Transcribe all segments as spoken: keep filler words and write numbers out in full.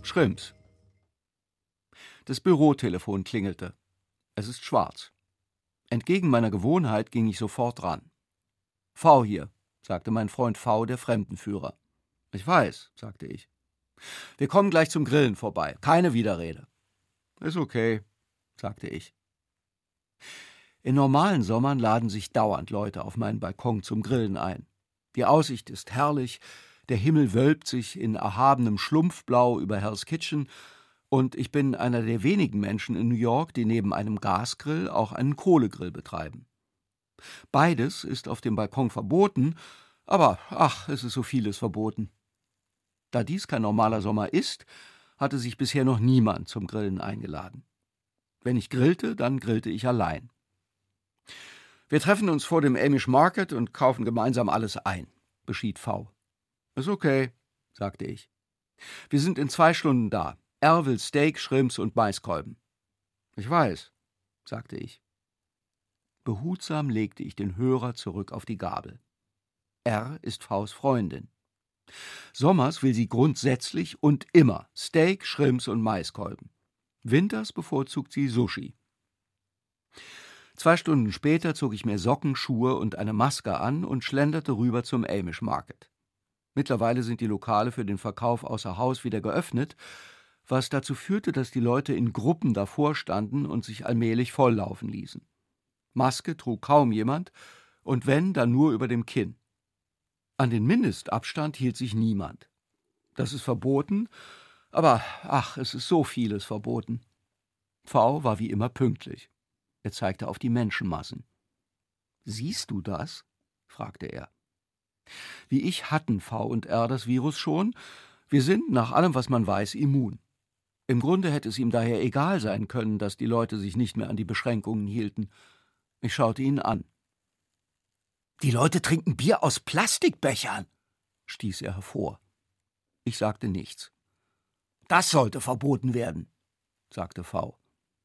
Schrimps. Das Bürotelefon klingelte. Es ist schwarz. Entgegen meiner Gewohnheit ging ich sofort ran. »V hier«, sagte mein Freund V., der Fremdenführer. »Ich weiß«, sagte ich. »Wir kommen gleich zum Grillen vorbei. Keine Widerrede.« »Ist okay«, sagte ich. In normalen Sommern laden sich dauernd Leute auf meinen Balkon zum Grillen ein. Die Aussicht ist herrlich, der Himmel wölbt sich in erhabenem Schlumpfblau über Hell's Kitchen und ich bin einer der wenigen Menschen in New York, die neben einem Gasgrill auch einen Kohlegrill betreiben. Beides ist auf dem Balkon verboten, aber ach, es ist so vieles verboten. Da dies kein normaler Sommer ist, hatte sich bisher noch niemand zum Grillen eingeladen. Wenn ich grillte, dann grillte ich allein. »Wir treffen uns vor dem Amish Market und kaufen gemeinsam alles ein«, beschied V. »Ist okay«, sagte ich. »Wir sind in zwei Stunden da. R will Steak, Shrimps und Maiskolben.« »Ich weiß«, sagte ich. Behutsam legte ich den Hörer zurück auf die Gabel. R ist Vs Freundin. Sommers will sie grundsätzlich und immer Steak, Shrimps und Maiskolben. Winters bevorzugt sie Sushi. Zwei Stunden später zog ich mir Socken, Schuhe und eine Maske an und schlenderte rüber zum Amish Market. Mittlerweile sind die Lokale für den Verkauf außer Haus wieder geöffnet, was dazu führte, dass die Leute in Gruppen davor standen und sich allmählich volllaufen ließen. Maske trug kaum jemand, und wenn, dann nur über dem Kinn. An den Mindestabstand hielt sich niemand. Das ist verboten, aber ach, es ist so vieles verboten. V war wie immer pünktlich. Er zeigte auf die Menschenmassen. »Siehst du das?« fragte er. Wie ich hatten V und R das Virus schon. Wir sind, nach allem, was man weiß, immun. Im Grunde hätte es ihm daher egal sein können, dass die Leute sich nicht mehr an die Beschränkungen hielten. Ich schaute ihn an. »Die Leute trinken Bier aus Plastikbechern«, stieß er hervor. Ich sagte nichts. »Das sollte verboten werden«, sagte V.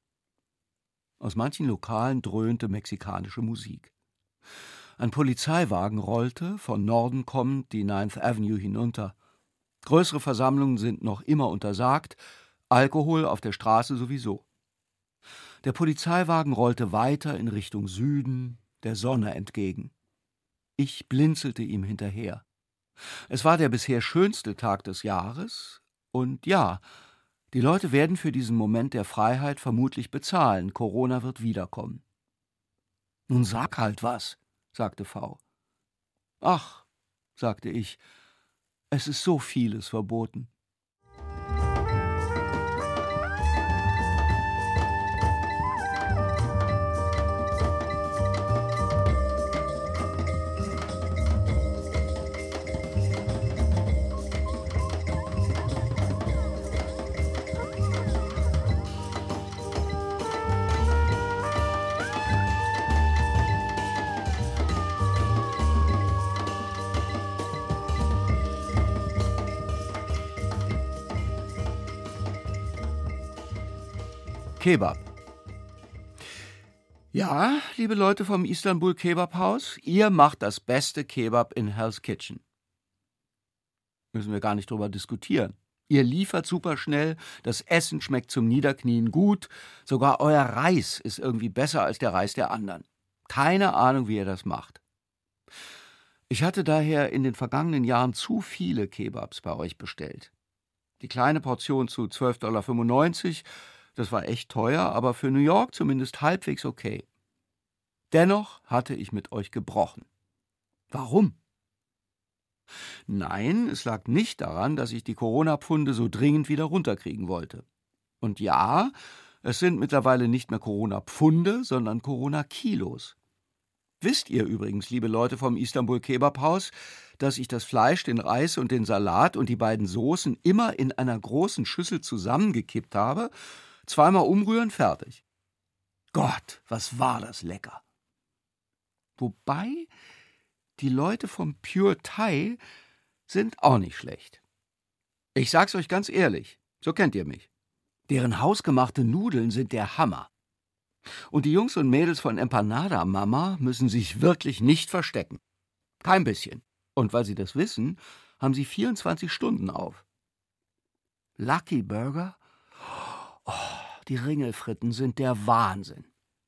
Aus manchen Lokalen dröhnte mexikanische Musik. Ein Polizeiwagen rollte, von Norden kommend, die Ninth Avenue hinunter. Größere Versammlungen sind noch immer untersagt, Alkohol auf der Straße sowieso. Der Polizeiwagen rollte weiter in Richtung Süden, der Sonne entgegen. Ich blinzelte ihm hinterher. Es war der bisher schönste Tag des Jahres, und ja, die Leute werden für diesen Moment der Freiheit vermutlich bezahlen. Corona wird wiederkommen. »Nun sag halt was«, sagte V. »Ach«, sagte ich, »es ist so vieles verboten.« Kebab. Ja, liebe Leute vom Istanbul Kebab Haus, ihr macht das beste Kebab in Hell's Kitchen. Müssen wir gar nicht drüber diskutieren. Ihr liefert super schnell, das Essen schmeckt zum Niederknien gut, sogar euer Reis ist irgendwie besser als der Reis der anderen. Keine Ahnung, wie ihr das macht. Ich hatte daher in den vergangenen Jahren zu viele Kebabs bei euch bestellt. Die kleine Portion zu zwölf Dollar fünfundneunzig, das war echt teuer, aber für New York zumindest halbwegs okay. Dennoch hatte ich mit euch gebrochen. Warum? Nein, es lag nicht daran, dass ich die Corona-Pfunde so dringend wieder runterkriegen wollte. Und ja, es sind mittlerweile nicht mehr Corona-Pfunde, sondern Corona-Kilos. Wisst ihr übrigens, liebe Leute vom Istanbul Kebab Haus, dass ich das Fleisch, den Reis und den Salat und die beiden Soßen immer in einer großen Schüssel zusammengekippt habe? Zweimal umrühren, fertig. Gott, was war das lecker. Wobei, die Leute vom Pure Thai sind auch nicht schlecht. Ich sag's euch ganz ehrlich, so kennt ihr mich. Deren hausgemachte Nudeln sind der Hammer. Und die Jungs und Mädels von Empanada Mama müssen sich wirklich nicht verstecken. Kein bisschen. Und weil sie das wissen, haben sie vierundzwanzig Stunden auf. Lucky Burger? Oh, die Ringelfritten sind der Wahnsinn.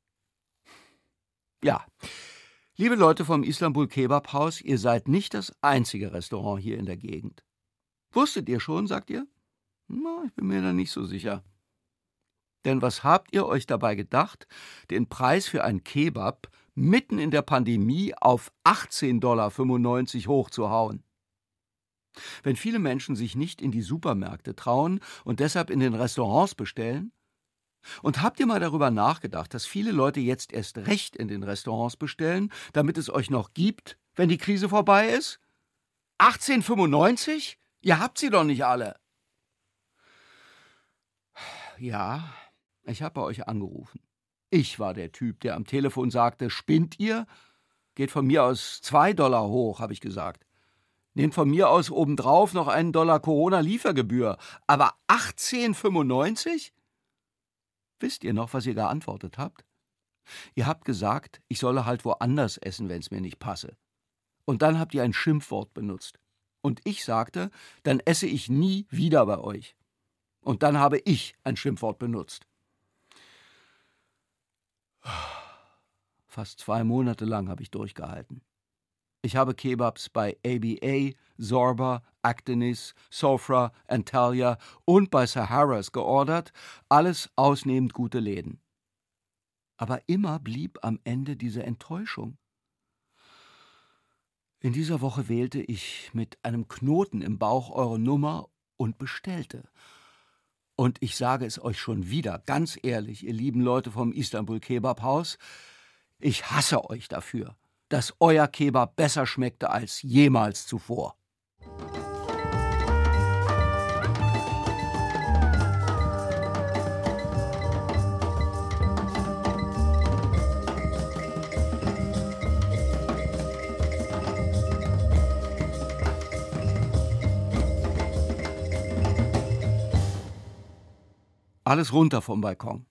Ja, liebe Leute vom Istanbul Kebab Haus, ihr seid nicht das einzige Restaurant hier in der Gegend. Wusstet ihr schon, sagt ihr? Na, ich bin mir da nicht so sicher. Denn was habt ihr euch dabei gedacht, den Preis für ein Kebab mitten in der Pandemie auf achtzehn Dollar fünfundneunzig hochzuhauen? Wenn viele Menschen sich nicht in die Supermärkte trauen und deshalb in den Restaurants bestellen? Und habt ihr mal darüber nachgedacht, dass viele Leute jetzt erst recht in den Restaurants bestellen, damit es euch noch gibt, wenn die Krise vorbei ist? achtzehn fünfundneunzig? Ihr habt sie doch nicht alle. Ja, ich habe bei euch angerufen. Ich war der Typ, der am Telefon sagte, spinnt ihr? Geht von mir aus zwei Dollar hoch, habe ich gesagt. Nehmt von mir aus obendrauf noch einen Dollar Corona-Liefergebühr. Aber achtzehn fünfundneunzig? Wisst ihr noch, was ihr geantwortet habt? Ihr habt gesagt, ich solle halt woanders essen, wenn es mir nicht passe. Und dann habt ihr ein Schimpfwort benutzt. Und ich sagte, dann esse ich nie wieder bei euch. Und dann habe ich ein Schimpfwort benutzt. Fast zwei Monate lang habe ich durchgehalten. Ich habe Kebabs bei A B A, Zorba, Actanis, Sofra, Antalya und bei Saharas geordert, alles ausnehmend gute Läden. Aber immer blieb am Ende diese Enttäuschung. In dieser Woche wählte ich mit einem Knoten im Bauch eure Nummer und bestellte. Und ich sage es euch schon wieder, ganz ehrlich, ihr lieben Leute vom Istanbul Kebab Haus, ich hasse euch dafür, dass euer Kebab besser schmeckte als jemals zuvor. Alles runter vom Balkon.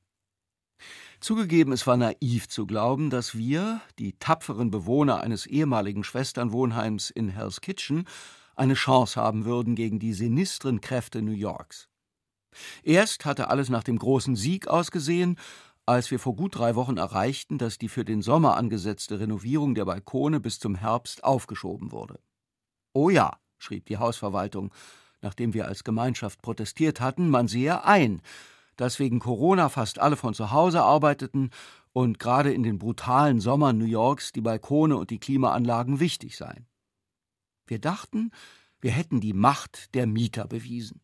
Zugegeben, es war naiv zu glauben, dass wir, die tapferen Bewohner eines ehemaligen Schwesternwohnheims in Hell's Kitchen, eine Chance haben würden gegen die sinistren Kräfte New Yorks. Erst hatte alles nach dem großen Sieg ausgesehen, als wir vor gut drei Wochen erreichten, dass die für den Sommer angesetzte Renovierung der Balkone bis zum Herbst aufgeschoben wurde. Oh ja, schrieb die Hausverwaltung, nachdem wir als Gemeinschaft protestiert hatten, man sehe ein, dass wegen Corona fast alle von zu Hause arbeiteten und gerade in den brutalen Sommern New Yorks die Balkone und die Klimaanlagen wichtig seien. Wir dachten, wir hätten die Macht der Mieter bewiesen.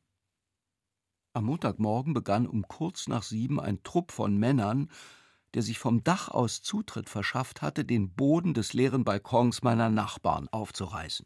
Am Montagmorgen begann um kurz nach sieben ein Trupp von Männern, der sich vom Dach aus Zutritt verschafft hatte, den Boden des leeren Balkons meiner Nachbarn aufzureißen.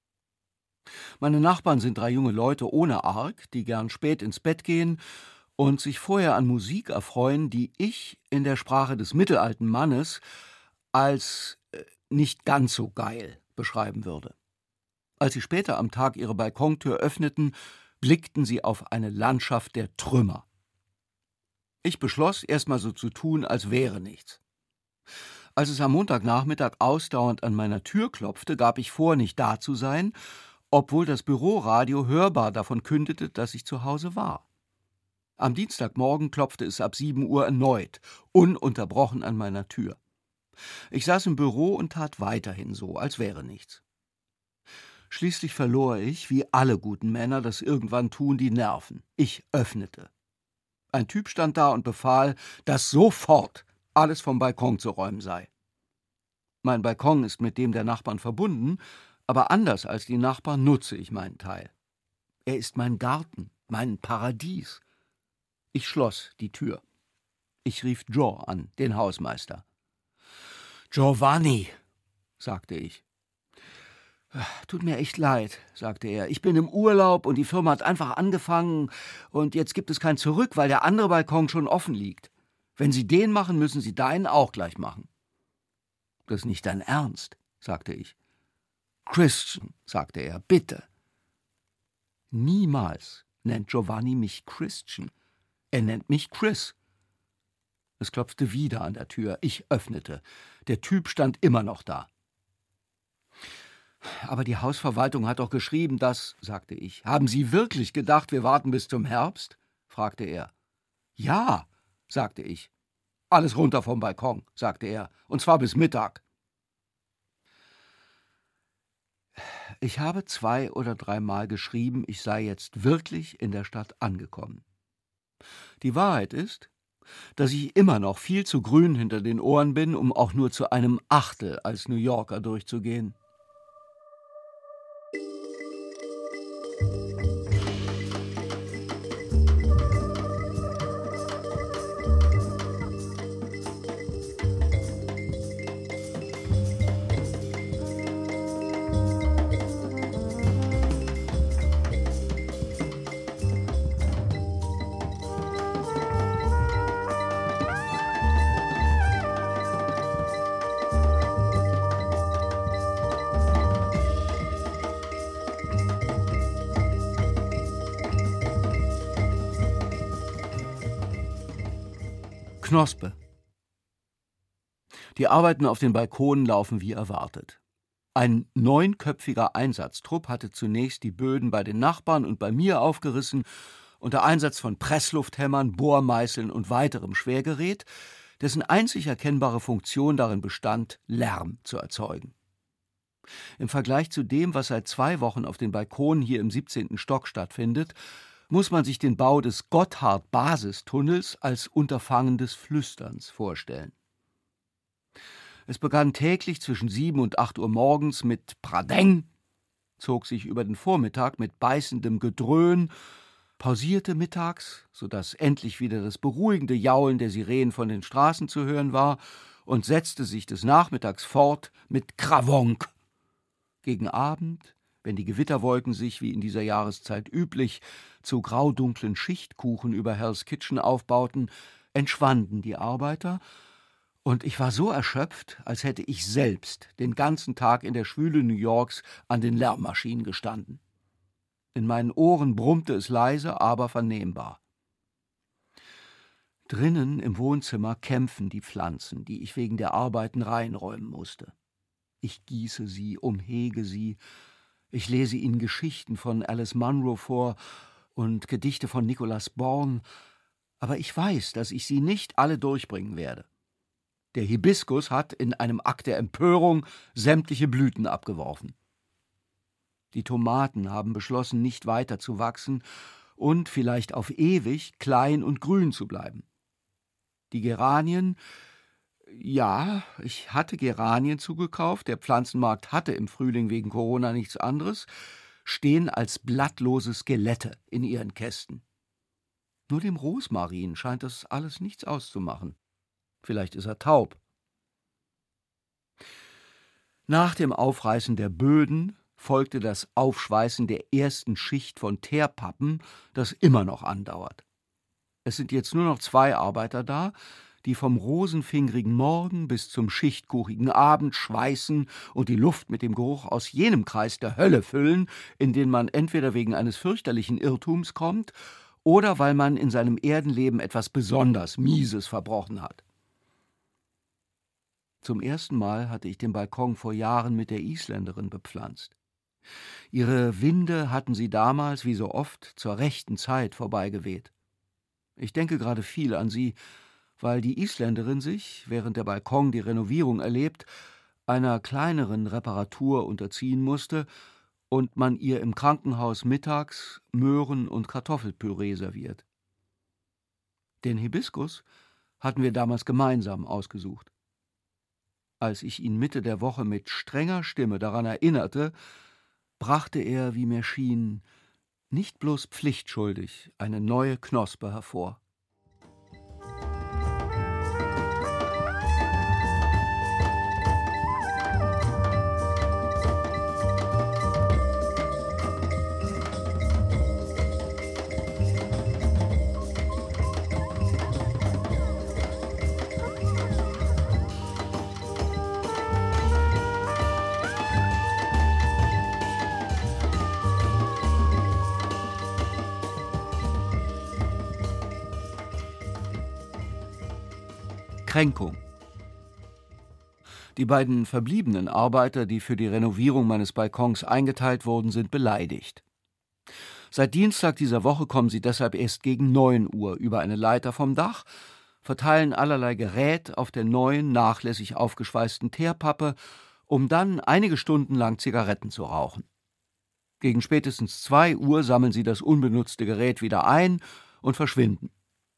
Meine Nachbarn sind drei junge Leute ohne Arg, die gern spät ins Bett gehen und sich vorher an Musik erfreuen, die ich in der Sprache des mittelalten Mannes als äh, nicht ganz so geil beschreiben würde. Als sie später am Tag ihre Balkontür öffneten, blickten sie auf eine Landschaft der Trümmer. Ich beschloss, erst mal so zu tun, als wäre nichts. Als es am Montagnachmittag ausdauernd an meiner Tür klopfte, gab ich vor, nicht da zu sein, obwohl das Büroradio hörbar davon kündete, dass ich zu Hause war. Am Dienstagmorgen klopfte es ab sieben Uhr erneut, ununterbrochen an meiner Tür. Ich saß im Büro und tat weiterhin so, als wäre nichts. Schließlich verlor ich, wie alle guten Männer das irgendwann tun, die Nerven. Ich öffnete. Ein Typ stand da und befahl, dass sofort alles vom Balkon zu räumen sei. Mein Balkon ist mit dem der Nachbarn verbunden, aber anders als die Nachbarn nutze ich meinen Teil. Er ist mein Garten, mein Paradies. Ich schloss die Tür. Ich rief Joe an, den Hausmeister. »Giovanni«, sagte ich. »Tut mir echt leid«, sagte er. »Ich bin im Urlaub und die Firma hat einfach angefangen und jetzt gibt es kein Zurück, weil der andere Balkon schon offen liegt. Wenn Sie den machen, müssen Sie deinen auch gleich machen.« »Das ist nicht dein Ernst«, sagte ich. »Christian«, sagte er, »bitte.« Niemals nennt Giovanni mich Christian. Er nennt mich Chris. Es klopfte wieder an der Tür. Ich öffnete. Der Typ stand immer noch da. Aber die Hausverwaltung hat doch geschrieben, dass, sagte ich. Haben Sie wirklich gedacht, wir warten bis zum Herbst? Fragte er. Ja, sagte ich. Alles runter vom Balkon, sagte er, und zwar bis Mittag. Ich habe zwei oder dreimal geschrieben, ich sei jetzt wirklich in der Stadt angekommen. Die Wahrheit ist, dass ich immer noch viel zu grün hinter den Ohren bin, um auch nur zu einem Achtel als New Yorker durchzugehen. Knospe. Die Arbeiten auf den Balkonen laufen wie erwartet. Ein neunköpfiger Einsatztrupp hatte zunächst die Böden bei den Nachbarn und bei mir aufgerissen, unter Einsatz von Presslufthämmern, Bohrmeißeln und weiterem Schwergerät, dessen einzig erkennbare Funktion darin bestand, Lärm zu erzeugen. Im Vergleich zu dem, was seit zwei Wochen auf den Balkonen hier im siebzehnten Stock stattfindet, muss man sich den Bau des Gotthard-Basistunnels als Unterfangen des Flüsterns vorstellen. Es begann täglich zwischen sieben und acht Uhr morgens mit Pradeng, zog sich über den Vormittag mit beißendem Gedröhn, pausierte mittags, sodass endlich wieder das beruhigende Jaulen der Sirenen von den Straßen zu hören war, und setzte sich des Nachmittags fort mit Krawonk. Gegen Abend, wenn die Gewitterwolken sich, wie in dieser Jahreszeit üblich, zu graudunklen Schichtkuchen über Hell's Kitchen aufbauten, entschwanden die Arbeiter, und ich war so erschöpft, als hätte ich selbst den ganzen Tag in der Schwüle New Yorks an den Lärmmaschinen gestanden. In meinen Ohren brummte es leise, aber vernehmbar. Drinnen im Wohnzimmer kämpfen die Pflanzen, die ich wegen der Arbeiten reinräumen musste. Ich gieße sie, umhege sie, ich lese ihnen Geschichten von Alice Munro vor und Gedichte von Nicholas Bourne, aber ich weiß, dass ich sie nicht alle durchbringen werde. Der Hibiskus hat in einem Akt der Empörung sämtliche Blüten abgeworfen. Die Tomaten haben beschlossen, nicht weiter zu wachsen und vielleicht auf ewig klein und grün zu bleiben. Die Geranien, ja, ich hatte Geranien zugekauft, der Pflanzenmarkt hatte im Frühling wegen Corona nichts anderes, stehen als blattlose Skelette in ihren Kästen. Nur dem Rosmarin scheint das alles nichts auszumachen. Vielleicht ist er taub. Nach dem Aufreißen der Böden folgte das Aufschweißen der ersten Schicht von Teerpappen, das immer noch andauert. Es sind jetzt nur noch zwei Arbeiter da, die vom rosenfingrigen Morgen bis zum schichtkuchigen Abend schweißen und die Luft mit dem Geruch aus jenem Kreis der Hölle füllen, in den man entweder wegen eines fürchterlichen Irrtums kommt oder weil man in seinem Erdenleben etwas besonders Mieses verbrochen hat. Zum ersten Mal hatte ich den Balkon vor Jahren mit der Isländerin bepflanzt. Ihre Winde hatten sie damals, wie so oft, zur rechten Zeit vorbeigeweht. Ich denke gerade viel an sie, weil die Isländerin sich, während der Balkon die Renovierung erlebt, einer kleineren Reparatur unterziehen musste und man ihr im Krankenhaus mittags Möhren- und Kartoffelpüree serviert. Den Hibiskus hatten wir damals gemeinsam ausgesucht. Als ich ihn Mitte der Woche mit strenger Stimme daran erinnerte, brachte er, wie mir schien, nicht bloß pflichtschuldig eine neue Knospe hervor. Kränkung. Die beiden verbliebenen Arbeiter, die für die Renovierung meines Balkons eingeteilt wurden, sind beleidigt. Seit Dienstag dieser Woche kommen sie deshalb erst gegen neun Uhr über eine Leiter vom Dach, verteilen allerlei Gerät auf der neuen, nachlässig aufgeschweißten Teerpappe, um dann einige Stunden lang Zigaretten zu rauchen. Gegen spätestens zwei Uhr sammeln sie das unbenutzte Gerät wieder ein und verschwinden.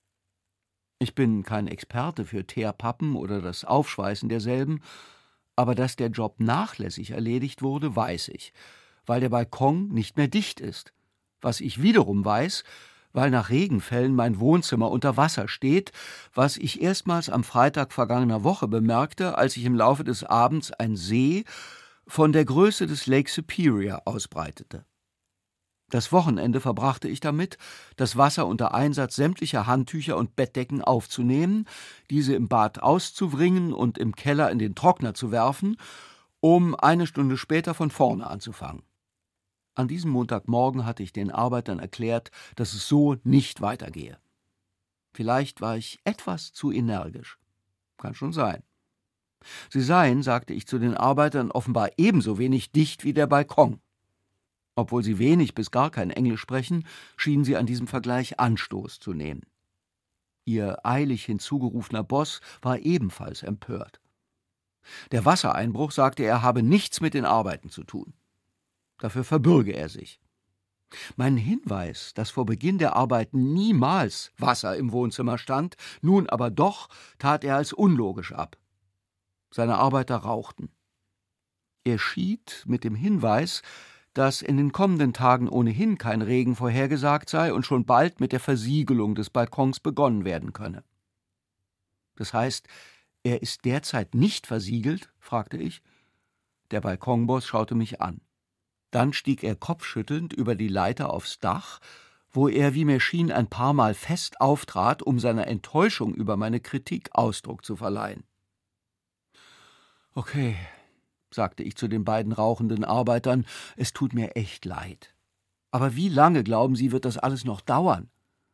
Ich bin kein Experte für Teerpappen oder das Aufschweißen derselben, aber dass der Job nachlässig erledigt wurde, weiß ich, weil der Balkon nicht mehr dicht ist. Was ich wiederum weiß, weil nach Regenfällen mein Wohnzimmer unter Wasser steht, was ich erstmals am Freitag vergangener Woche bemerkte, als sich im Laufe des Abends ein See von der Größe des Lake Superior ausbreitete. Das Wochenende verbrachte ich damit, das Wasser unter Einsatz sämtlicher Handtücher und Bettdecken aufzunehmen, diese im Bad auszuwringen und im Keller in den Trockner zu werfen, um eine Stunde später von vorne anzufangen. An diesem Montagmorgen hatte ich den Arbeitern erklärt, dass es so nicht weitergehe. Vielleicht war ich etwas zu energisch. Kann schon sein. Sie seien, sagte ich zu den Arbeitern, offenbar ebenso wenig dicht wie der Balkon. Obwohl sie wenig bis gar kein Englisch sprechen, schienen sie an diesem Vergleich Anstoß zu nehmen. Ihr eilig hinzugerufener Boss war ebenfalls empört. Der Wassereinbruch, sagte er, habe nichts mit den Arbeiten zu tun. Dafür verbürge er sich. Mein Hinweis, dass vor Beginn der Arbeiten niemals Wasser im Wohnzimmer stand, nun aber doch, tat er als unlogisch ab. Seine Arbeiter rauchten. Er schied mit dem Hinweis, dass in den kommenden Tagen ohnehin kein Regen vorhergesagt sei und schon bald mit der Versiegelung des Balkons begonnen werden könne. Das heißt, er ist derzeit nicht versiegelt? Fragte ich. Der Balkonboss schaute mich an. Dann stieg er kopfschüttelnd über die Leiter aufs Dach, wo er, wie mir schien, ein paar Mal fest auftrat, um seiner Enttäuschung über meine Kritik Ausdruck zu verleihen. »Okay«, sagte ich zu den beiden rauchenden Arbeitern, »es tut mir echt leid. Aber wie lange, glauben Sie, wird das alles noch dauern?«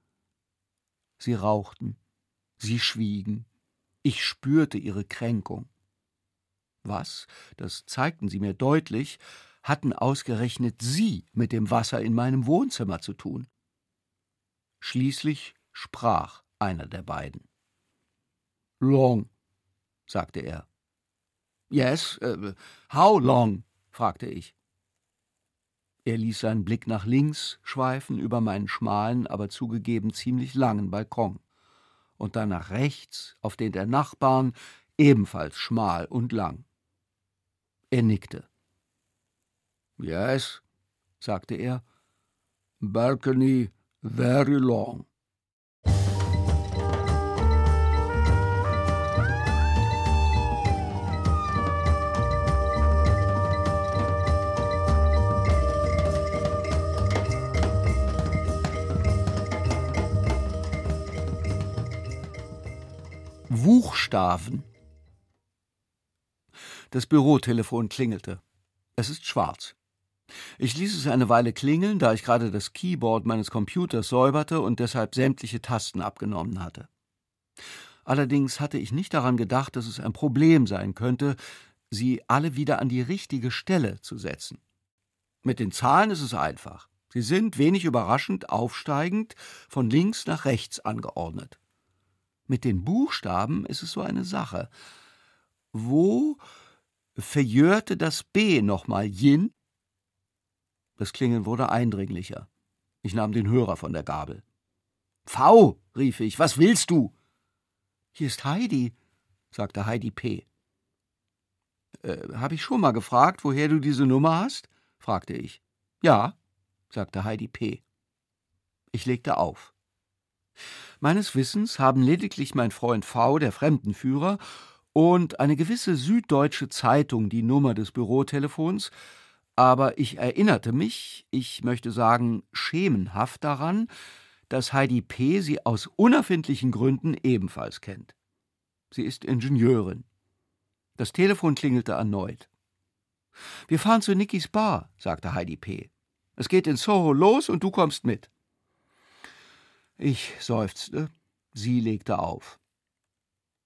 Sie rauchten, sie schwiegen, ich spürte ihre Kränkung. Was, das zeigten sie mir deutlich, hatten ausgerechnet sie mit dem Wasser in meinem Wohnzimmer zu tun. Schließlich sprach einer der beiden. »Long«, sagte er. »Yes, uh, how long?« fragte ich. Er ließ seinen Blick nach links schweifen über meinen schmalen, aber zugegeben ziemlich langen Balkon, und dann nach rechts auf den der Nachbarn, ebenfalls schmal und lang. Er nickte. »Yes«, sagte er, »balcony very long.« Buchstaben. Das Bürotelefon klingelte. Es ist schwarz. Ich ließ es eine Weile klingeln, da ich gerade das Keyboard meines Computers säuberte und deshalb sämtliche Tasten abgenommen hatte. Allerdings hatte ich nicht daran gedacht, dass es ein Problem sein könnte, sie alle wieder an die richtige Stelle zu setzen. Mit den Zahlen ist es einfach. Sie sind, wenig überraschend, aufsteigend von links nach rechts angeordnet. Mit den Buchstaben ist es so eine Sache. Wo verjörte das B nochmal Yin? Das Klingeln wurde eindringlicher. Ich nahm den Hörer von der Gabel. »V«, rief ich, »was willst du?« »Hier ist Heidi«, sagte Heidi P. Äh, »Hab ich schon mal gefragt, woher du diese Nummer hast?« fragte ich. »Ja«, sagte Heidi P. Ich legte auf. Meines Wissens haben lediglich mein Freund V., der Fremdenführer, und eine gewisse süddeutsche Zeitung die Nummer des Bürotelefons, aber ich erinnerte mich, ich möchte sagen schemenhaft daran, dass Heidi P. sie aus unerfindlichen Gründen ebenfalls kennt. Sie ist Ingenieurin. Das Telefon klingelte erneut. »Wir fahren zu Nickys Bar«, sagte Heidi P. »Es geht in Soho los und du kommst mit.« Ich seufzte, sie legte auf.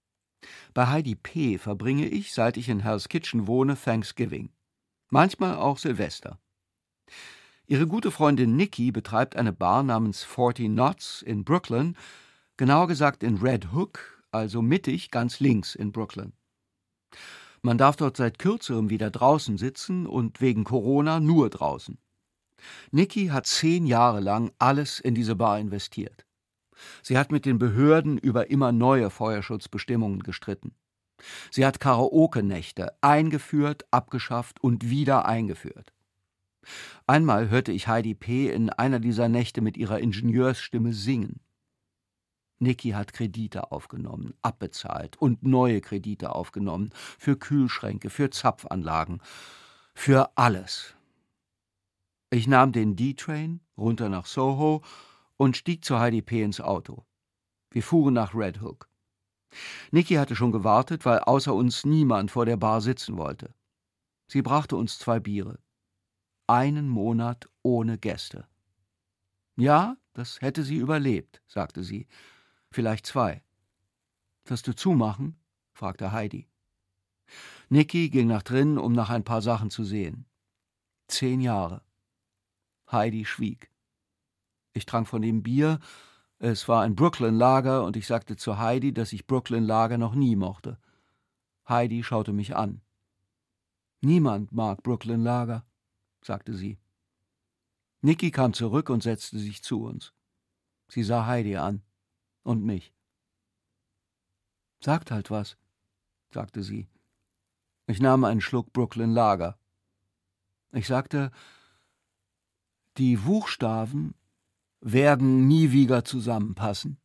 Bei Heidi P. verbringe ich, seit ich in Hell's Kitchen wohne, Thanksgiving. Manchmal auch Silvester. Ihre gute Freundin Nikki betreibt eine Bar namens Forty Knots in Brooklyn, genauer gesagt in Red Hook, also mittig ganz links in Brooklyn. Man darf dort seit kürzerem wieder draußen sitzen und wegen Corona nur draußen. Nikki hat zehn Jahre lang alles in diese Bar investiert. Sie hat mit den Behörden über immer neue Feuerschutzbestimmungen gestritten. Sie hat Karaoke-Nächte eingeführt, abgeschafft und wieder eingeführt. Einmal hörte ich Heidi P. in einer dieser Nächte mit ihrer Ingenieursstimme singen. Nikki hat Kredite aufgenommen, abbezahlt und neue Kredite aufgenommen, für Kühlschränke, für Zapfanlagen, für alles. Ich nahm den D-Train runter nach Soho und stieg zu Heidi P. ins Auto. Wir fuhren nach Red Hook. Nikki hatte schon gewartet, weil außer uns niemand vor der Bar sitzen wollte. Sie brachte uns zwei Biere. Einen Monat ohne Gäste. Ja, das hätte sie überlebt, sagte sie. Vielleicht zwei. Wirst du zumachen? Fragte Heidi. Nikki ging nach drinnen, um nach ein paar Sachen zu sehen. Zehn Jahre. Heidi schwieg. Ich trank von dem Bier. Es war ein Brooklyn-Lager und ich sagte zu Heidi, dass ich Brooklyn-Lager noch nie mochte. Heidi schaute mich an. Niemand mag Brooklyn-Lager, sagte sie. Nikki kam zurück und setzte sich zu uns. Sie sah Heidi an. Und mich. Sagt halt was, sagte sie. Ich nahm einen Schluck Brooklyn Lager. Ich sagte, die Buchstaben werden nie wieder zusammenpassen.